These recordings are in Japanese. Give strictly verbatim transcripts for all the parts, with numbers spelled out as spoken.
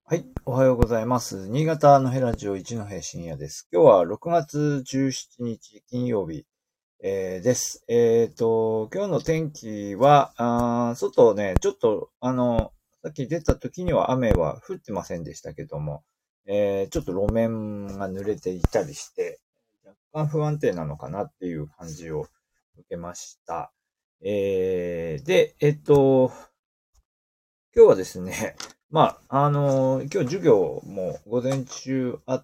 はい、おはようございます。新潟のヘラジオ一戸深夜です。今日はろくがつじゅうしちにち金曜日、えーです。えっと、今日の天気は、あー外ね、ちょっと、あの、さっき出た時には雨は降ってませんでしたけども、えーちょっと路面が濡れていたりして、若干不安定なのかなっていう感じを受けました。えーで、えっと、今日はですね、まあ、あのー今日授業も午前中あって、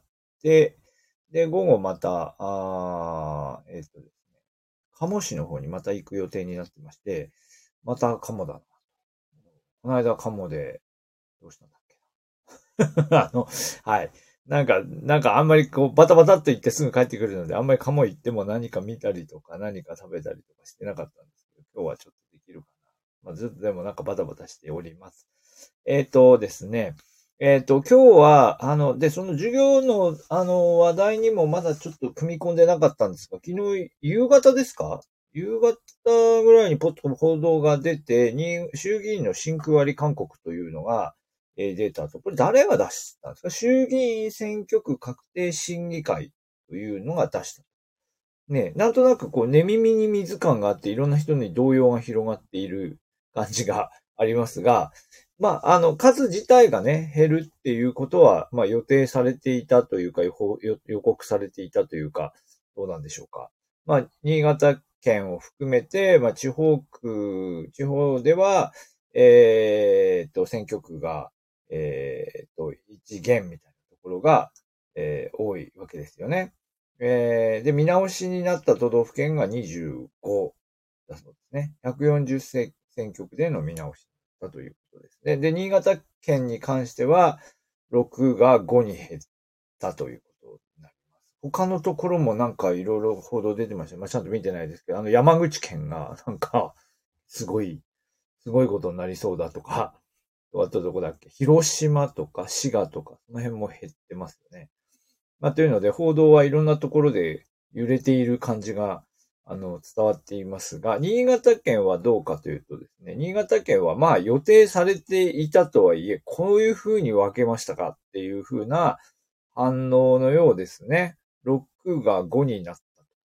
で、午後また、あーえっとですね、鴨市の方にまた行く予定になってまして、また鴨だな。この間鴨で、どうしたんだっけな。あの、はい。なんか、なんかあんまりこう、バタバタっと行ってすぐ帰ってくるので、あんまり鴨行っても何か見たりとか、何か食べたりとかしてなかったんですけど、今日はちょっとできるかな。まあ、ずっとでもなんかバタバタしております。えっとですね。えっと、今日は、あの、で、その授業の、あの、話題にもまだちょっと組み込んでなかったんですが、昨日、夕方ですか夕方ぐらいにポッと報道が出て、に衆議院の新区割り勧告というのが、えー、出たと。これ誰が出したんですか？衆議院選挙区確定審議会というのが出した。ね、なんとなくこう、寝耳に水感があって、いろんな人に動揺が広がっている感じがありますが、まあ、あの、数自体がね、減るっていうことは、まあ、予定されていたというか、予報予予告されていたというか、どうなんでしょうか。まあ、新潟県を含めて、まあ、地方区、地方では、えーっと、選挙区が、えーっと、一元みたいなところが、えー多いわけですよね。えーで、見直しになった都道府県がにじゅうごだそうですね。ひゃくよんじゅっ選挙区での見直しだということですね。で、新潟県に関しては、ろくがごに減ったということになります。他のところもなんかいろいろ報道出てました。まあ、ちゃんと見てないですけど、あの山口県がなんか、すごい、すごいことになりそうだとか、あとどこだっけ広島とか滋賀とか、その辺も減ってますよね。まあ、というので、報道はいろんなところで揺れている感じが、あの、伝わっていますが、新潟県はどうかというとですね、新潟県はまあ予定されていたとはいえ、こういうふうに分けましたかっていうふうな反応のようですね。ろくがごになった。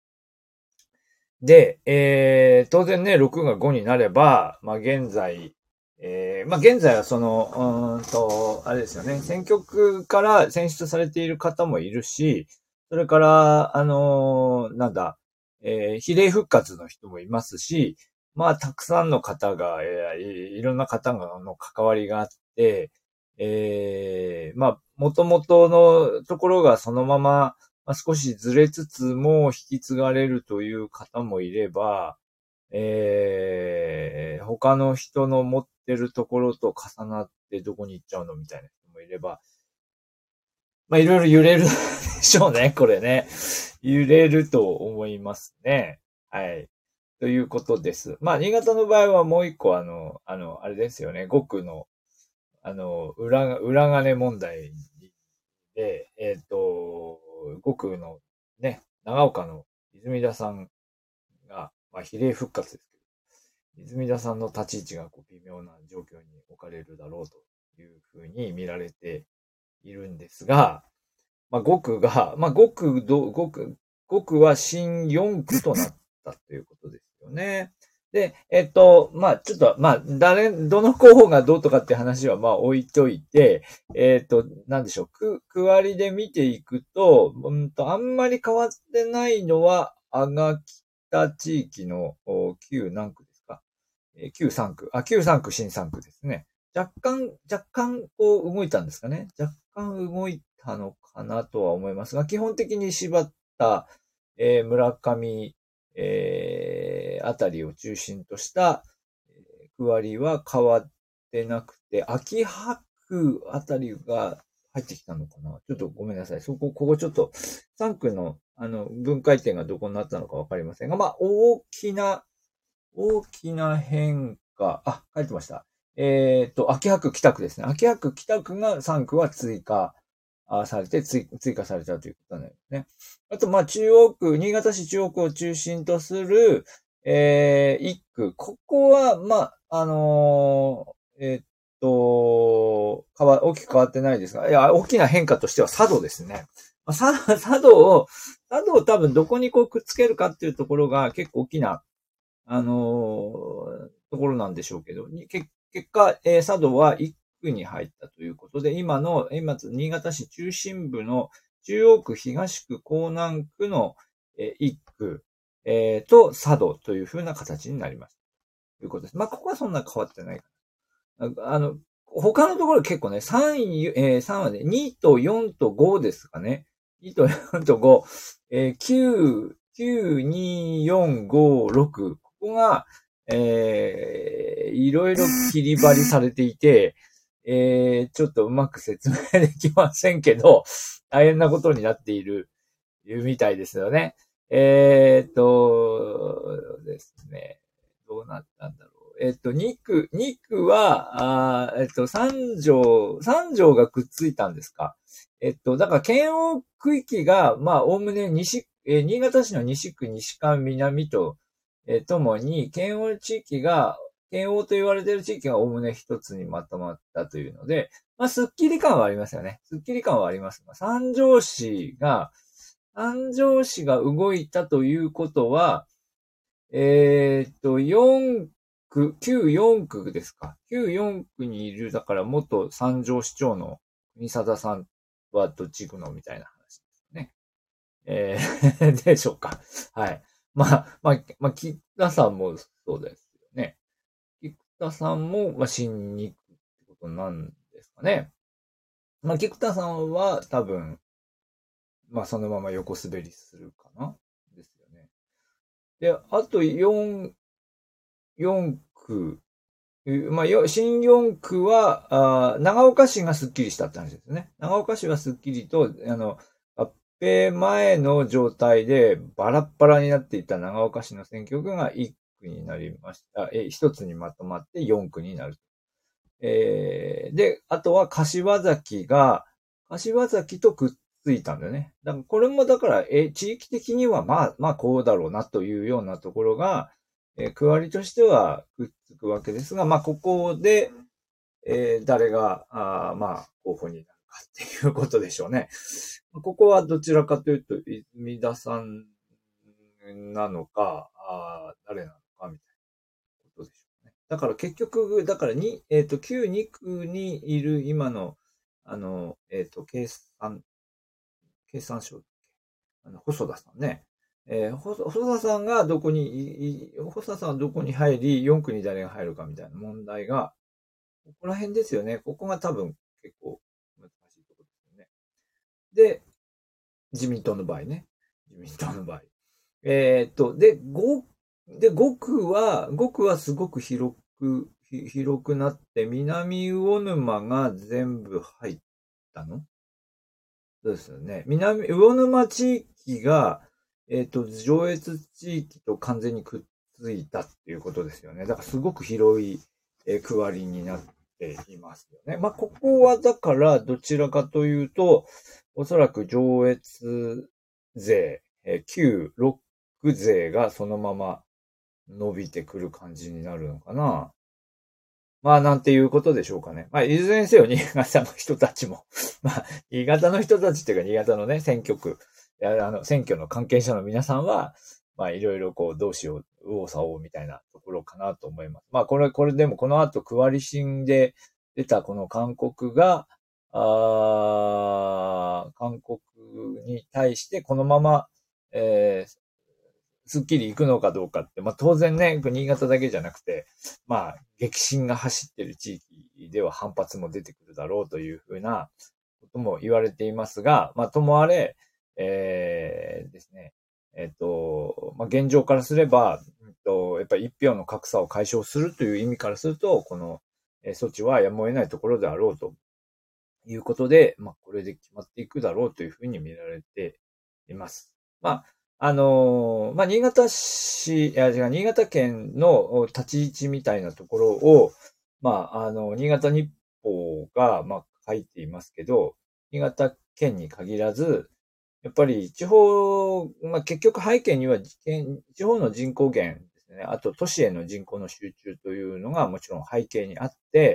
で、えー、当然ね、ろくがごになれば、まあ現在、えー、まあ現在はその、うーんと、あれですよね、選挙区から選出されている方もいるし、それから、あのーなんだ、えー、比例復活の人もいますし、まあたくさんの方が、えーいいろんな方がの関わりがあって、えー、まあ元々のところがそのまま、まあ、少しずれつつも引き継がれるという方もいれば、えー、他の人の持ってるところと重なってどこに行っちゃうのみたいな人もいれば、まあ、いろいろ揺れるでしょうね、これね。揺れると思いますね。はい。ということです。まあ、新潟の場合はもう一個あの、あの、あれですよね、ご区の、あの、裏、裏金問題で、えっと、ご区のね、長岡の泉田さんが、まあ、比例復活ですけど、泉田さんの立ち位置がこう微妙な状況に置かれるだろうというふうに見られているんですが、まあ、ご区が、まあ、ご区ど、ご区、ご区は新よん区となったということですよね。で、えっと、まあ、ちょっと、まあ、誰、どの候補がどうとかって話は、まあ、置いといて、えっと、なんでしょう、区、区割りで見ていくと、うんと、あんまり変わってないのは、阿賀北地域の、お旧何区ですか？えー、旧さん区、あ、旧さん区、新さん区ですね。若干、若干、こう、動いたんですかね。若干動いたのかなとは思いますが、基本的に柴田、えー村上、えーあたりを中心とした、えー区割りは変わってなくて、秋葉区あたりが入ってきたのかな。ちょっとごめんなさい。そこ、ここちょっと、さん区の、あの、分解点がどこになったのかわかりませんが、まあ、大きな、大きな変化、あ、書いてました。えっと、秋葉区北区ですね。秋葉区北区がさん区は追加あされて追、追加されたということになりますね。あと、まあ、中央区、新潟市中央区を中心とする、えー、いっ区。ここは、まあ、あのーえーっと、 変わ、大きく変わってないですが、いや、大きな変化としては佐渡ですね。まあ、さ佐渡を、佐渡を多分どこにこうくっつけるかっていうところが結構大きな、あのーところなんでしょうけど、にけ結果、えー佐渡はいっ区に入ったということで、今の、今、新潟市中心部の中央区、東区、江南区の、えー、いっ区、えーと、佐渡というふうな形になります。ということです。まあ、ここはそんな変わってないかな。ああの、他のところ結構ね、さんい、えー、さんはね、にとよんとごですかね。にとよんとご、えー、きゅう、きゅう、に、よん、ご、ろく。ここが、えー、いろいろ切り張りされていて、えー、ちょっとうまく説明できませんけど、大変なことになっている、いうみたいですよね。えーっと、ですね。どうなったんだろう。えっと、に区、に区は、あーえっと、さん条、さん条がくっついたんですか。えっと、だから、県央区域が、まあ、おおむね西、えー新潟市の西区、西館、南と、えーともに、県央地域が、県央と言われている地域がおおむね一つにまとまったというので、まあ、スッキリ感はありますよね。スッキリ感はありますが、三条市が、三条市が動いたということは、えーっと、よん区、旧よん区ですか。旧よん区にいる、だから元三条市長の国貞さんはどっち行くのみたいな話ですね。えー、でしょうか。はい。まあ、まあ、まあ、菊田さんもそうですよね。菊田さんも、まあ、新に行くってことなんですかね。まあ、菊田さんは多分、まあ、そのまま横滑りするかなですよね。で、あとよん、よん区、まあ、よ新よん区は、あ長岡市がスッキリしたって話ですね。長岡市はスッキリと、あの、合併前の状態でバラッバラになっていた長岡市の選挙区がいっ区になりました。え、一つにまとまってよん区になる。えー、で、あとは柏崎が、柏崎とくっついたんだよね。だからこれもだから、え、地域的にはまあ、まあこうだろうなというようなところが、えー、区割りとしてはくっつくわけですが、まあここで、えー、誰が、あまあ、候補になるかっていうことでしょうね。ここはどちらかというと、泉田さんなのか、あ誰なのかみたいなことでしょうね。だから結局、だからに、えっ、と、旧に区にいる今の、あの、えっ、と、計算、経産省、あの、細田さんね。えー、細田さんがどこに、細田さんはどこに入り、よん区に誰が入るかみたいな問題が、ここら辺ですよね。ここが多分結構難しいところですよね。で、自民党の場合ね。自民党の場合。えーっと、で、ご、で、ご区は、ご区はすごく広く、広くなって、南魚沼が全部入ったのそうですよね。南、魚沼地域が、えっ、と、上越地域と完全にくっついたっていうことですよね。だからすごく広い、えー区割りになっていますよね。まあ、ここはだから、どちらかというと、おそらく上越税、えー、旧ろく税がそのまま伸びてくる感じになるのかな。まあ、なんていうことでしょうかね。まあ、いずれにせよ、新潟の人たちもまあ、新潟の人たちっていうか、新潟のね、選挙区、いやあの、選挙の関係者の皆さんは、まあ、いろいろこう、どうしよう、右往左往みたいなところかなと思います。まあ、これ、これでもこの後、区割り審で出たこの勧告が、あ勧告に対して、このまま、えースッキリ行くのかどうかって、まあ当然ね、新潟だけじゃなくて、まあ激震が走っている地域では反発も出てくるだろうというふうなことも言われていますが、まあともあれ、えー、ですね、えっ、と、まあ現状からすれば、えっと、やっぱり一票の格差を解消するという意味からすると、この措置はやむを得ないところであろうということで、まあこれで決まっていくだろうというふうに見られています。まああのー、まあ、新潟市、いや、違う、新潟県の立ち位置みたいなところを、まあ、あの、新潟日報が、まあ、書いていますけど、新潟県に限らず、やっぱり地方、まあ、結局背景には、地方の人口減ですね。あと都市への人口の集中というのがもちろん背景にあって、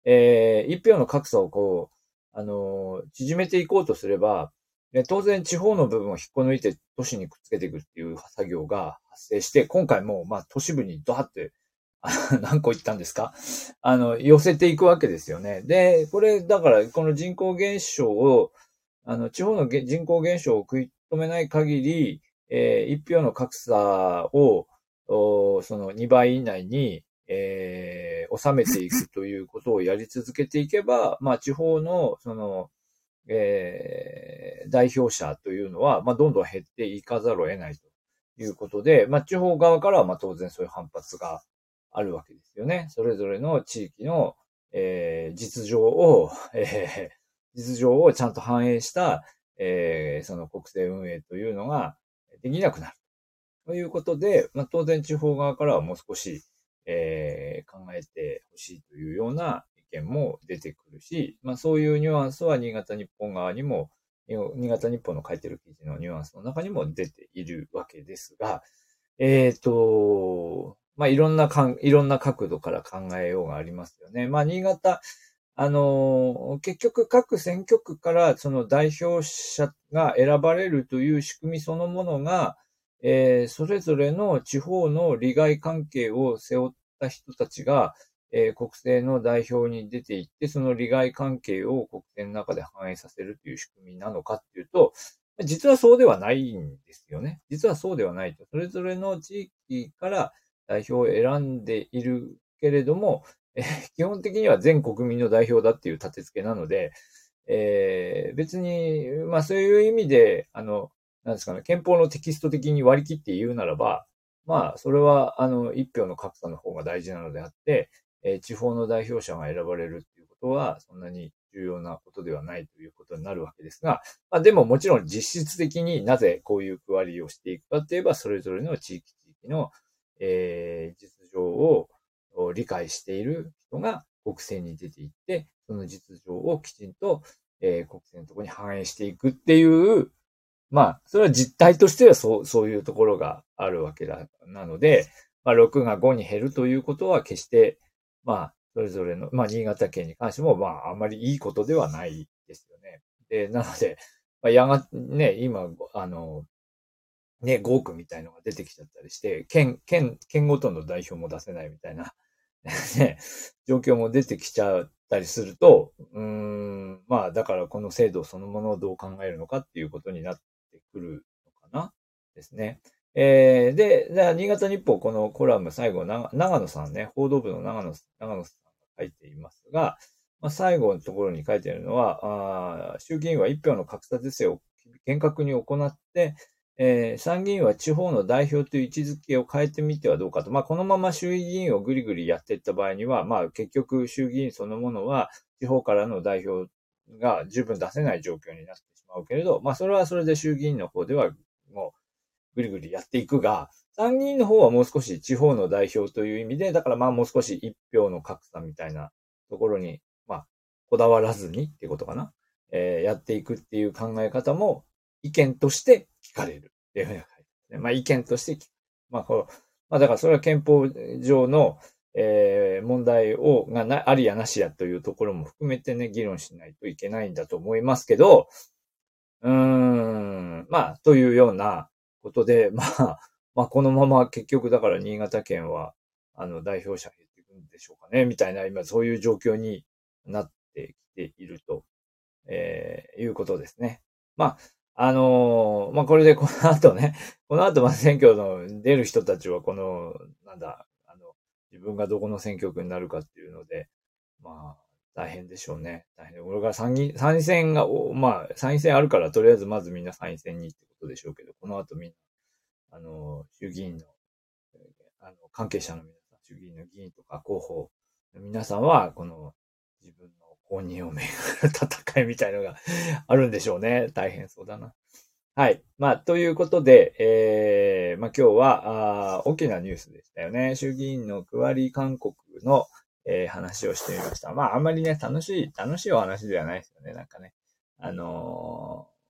えー、一票の格差をこう、あのー、縮めていこうとすれば、で当然地方の部分を引っこ抜いて都市にくっつけていくっていう作業が発生して、今回もまあ都市部にドハって、あ何個言ったんですかあの、寄せていくわけですよね。で、これ、だから、この人口減少を、あの、地方のげ人口減少を食い止めない限り、えー、一票の格差を、おそのにばい以内に、えー、収めていくということをやり続けていけば、まあ、地方の、その、えー、代表者というのは、まあ、どんどん減っていかざるを得ないということで、まあ、地方側からは、まあ、当然そういう反発があるわけですよね。それぞれの地域の、えー、実情を、えー、実情をちゃんと反映した、えー、その国政運営というのができなくなる。ということで、まあ、当然地方側からはもう少し、えー、考えてほしいというような意見も出てくるし、まあ、そういうニュアンスは新潟日本側にも、新潟日本の書いてる記事のニュアンスの中にも出ているわけですが、えっと、まあ、いろんなかん、いろんな角度から考えようがありますよね。まあ、新潟、あの、結局各選挙区からその代表者が選ばれるという仕組みそのものが、えーそれぞれの地方の利害関係を背負った人たちが、えー国政の代表に出ていって、その利害関係を国政の中で反映させるという仕組みなのかっていうと、実はそうではないんですよね。実はそうではないと。それぞれの地域から代表を選んでいるけれども、えー基本的には全国民の代表だっていう立て付けなので、えー別に、まあそういう意味で、あの、なんですかね、憲法のテキスト的に割り切って言うならば、まあ、それは、あの、一票の格差の方が大事なのであって、えー地方の代表者が選ばれるっていうことは、そんなに重要なことではないということになるわけですが、まあでももちろん実質的になぜこういう区割りをしていくかといえば、それぞれの地域地域の、えー実情を理解している人が国政に出ていって、その実情をきちんと、えー国政のところに反映していくっていう、まあ、それは実態としてはそう、そういうところがあるわけだ。なので、まあ、ろくがごに減るということは決して、まあ、それぞれの、まあ、新潟県に関しても、まあ、あまりいいことではないですよね。で、なので、まあ、やが、ね、今、あの、ね、ご区みたいのが出てきちゃったりして、県、県、県ごとの代表も出せないみたいな、ね、状況も出てきちゃったりすると、うーん、まあ、だからこの制度そのものをどう考えるのかっていうことになってくるのかなですね。えー、で、じゃあ新潟日報、このコラム最後、長長野さんね、報道部の長野、長野さんが書いていますが、まあ、最後のところに書いてあるのは、あ衆議院は一票の格差是正を厳格に行って、えー参議院は地方の代表という位置づけを変えてみてはどうかと。まあ、このまま衆議院をぐりぐりやっていった場合には、まあ、結局衆議院そのものは地方からの代表が十分出せない状況になってしまうけれど、まあ、それはそれで衆議院の方ではもうぐりぐりやっていくが、参議院の方はもう少し地方の代表という意味で、だからまあもう少し一票の格差みたいなところに、まあ、こだわらずにっていうことかな。えーやっていくっていう考え方も意見として聞かれるっていうふうに書いてますね。まあ意見として聞く。まあこう、まあだからそれは憲法上の、えー問題を、がな、ありやなしやというところも含めてね、議論しないといけないんだと思いますけど、うーん、まあ、というようなことで、まあ、まあこのまま結局だから新潟県は、あの、代表者減っていくんでしょうかね、みたいな、今そういう状況になってきていると。えーいうことですね。まあ、あのーまあ、これでこの後ね、この後、まあ、選挙の出る人たちは、この、なんだ、あの、自分がどこの選挙区になるかっていうので、まあ、大変でしょうね。大変で。これから参議、参院選が、おまあ、参院選あるから、とりあえずまずみんな参院選にってことでしょうけど、この後みんな、あの、衆議院の、あの、関係者の皆さん、衆議院の議員とか候補の皆さんは、この、自分の公認をめぐる戦いみたいのがあるんでしょうね。大変そうだな。はい。まあ、ということで、えー、まあ今日は、あー大きなニュースでしたよね。衆議院の区割り勧告の、えー話をしてみました。まあ、あんまりね、楽しい、楽しいお話ではないですよね。なんかね。あのー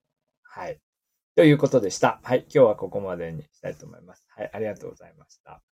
はい。ということでした。はい。今日はここまでにしたいと思います。はい。ありがとうございました。